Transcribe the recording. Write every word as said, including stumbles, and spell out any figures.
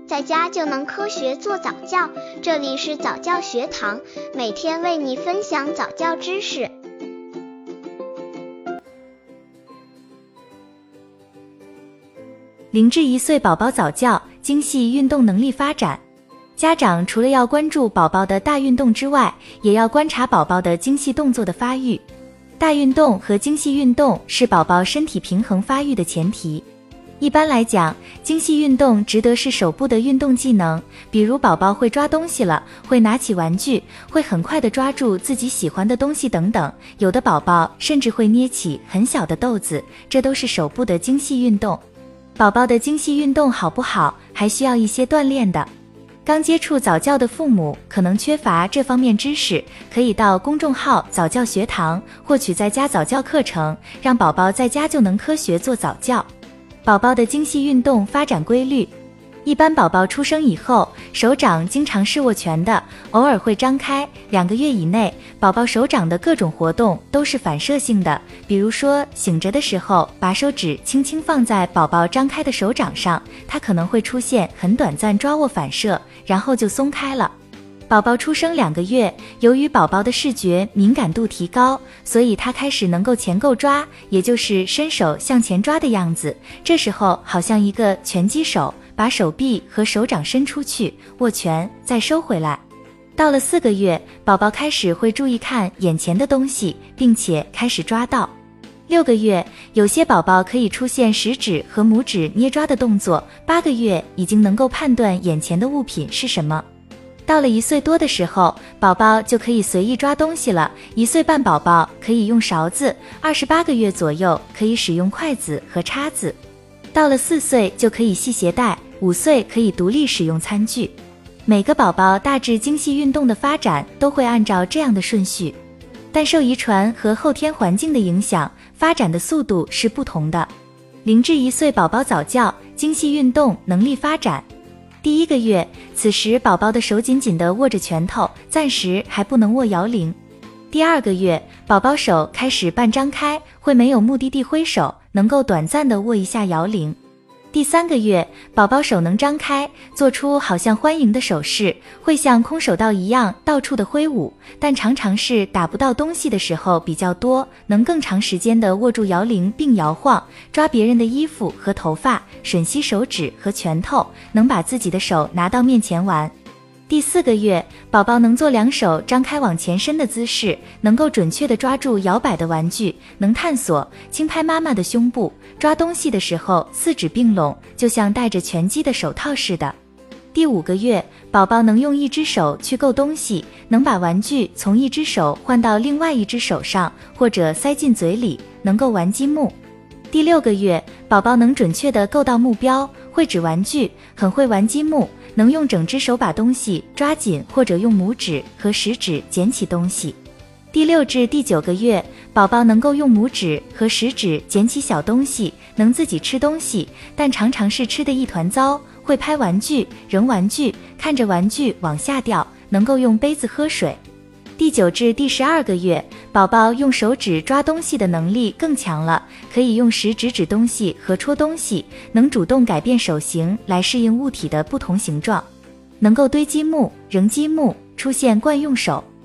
在家就能科学做早教。这里是早教学堂，每天为你分享早教知识。 零至一岁宝宝早教，精细运动能力发展。家长除了要关注宝宝的大运动之外，也要观察宝宝的精细动作的发育。大运动和精细运动是宝宝身体平衡发育的前提。一般来讲，精细运动指的是手部的运动技能，比如宝宝会抓东西了，会拿起玩具，会很快地抓住自己喜欢的东西等等。有的宝宝甚至会捏起很小的豆子，这都是手部的精细运动。宝宝的精细运动好不好，还需要一些锻炼的。刚接触早教的父母可能缺乏这方面知识，可以到公众号早教学堂获取在家早教课程，让宝宝在家就能科学做早教。宝宝的精细运动发展规律。一般宝宝出生以后，手掌经常是握拳的，偶尔会张开。两个月以内，宝宝手掌的各种活动都是反射性的，比如说醒着的时候，把手指轻轻放在宝宝张开的手掌上，它可能会出现很短暂抓握反射，然后就松开了。宝宝出生两个月，由于宝宝的视觉敏感度提高，所以他开始能够前够抓，也就是伸手向前抓的样子。这时候好像一个拳击手，把手臂和手掌伸出去，握拳，再收回来。到了四个月，宝宝开始会注意看眼前的东西，并且开始抓到。六个月，有些宝宝可以出现食指和拇指捏抓的动作。八个月已经能够判断眼前的物品是什么。到了一岁多的时候，宝宝就可以随意抓东西了。一岁半宝宝可以用勺子，二十八个月左右可以使用筷子和叉子。到了四岁就可以系鞋带，五岁可以独立使用餐具。每个宝宝大致精细运动的发展都会按照这样的顺序，但受遗传和后天环境的影响，发展的速度是不同的。零至一岁宝宝早教，精细运动能力发展。第一个月，此时宝宝的手紧紧地握着拳头，暂时还不能握摇铃。第二个月，宝宝手开始半张开，会没有目的地挥手，能够短暂地握一下摇铃。第三个月，宝宝手能张开，做出好像欢迎的手势，会像空手道一样到处的挥舞，但常常是打不到东西的时候比较多，能更长时间地握住摇铃并摇晃，抓别人的衣服和头发，吮吸手指和拳头，能把自己的手拿到面前玩。第四个月，宝宝能做两手张开往前伸的姿势，能够准确地抓住摇摆的玩具，能探索，轻拍妈妈的胸部，抓东西的时候四指并拢，就像戴着拳击的手套似的。第五个月，宝宝能用一只手去够东西，能把玩具从一只手换到另外一只手上，或者塞进嘴里，能够玩积木。第六个月，宝宝能准确地够到目标，会指玩具，很会玩积木，能用整只手把东西抓紧，或者用拇指和食指捡起东西。第六至第九个月，宝宝能够用拇指和食指捡起小东西，能自己吃东西，但常常是吃的一团糟，会拍玩具、扔玩具，看着玩具往下掉，能够用杯子喝水。第九至第十二个月，宝宝用手指抓东西的能力更强了，可以用食指指东西和戳东西，能主动改变手型来适应物体的不同形状，能够堆积木、扔积木，出现惯用手。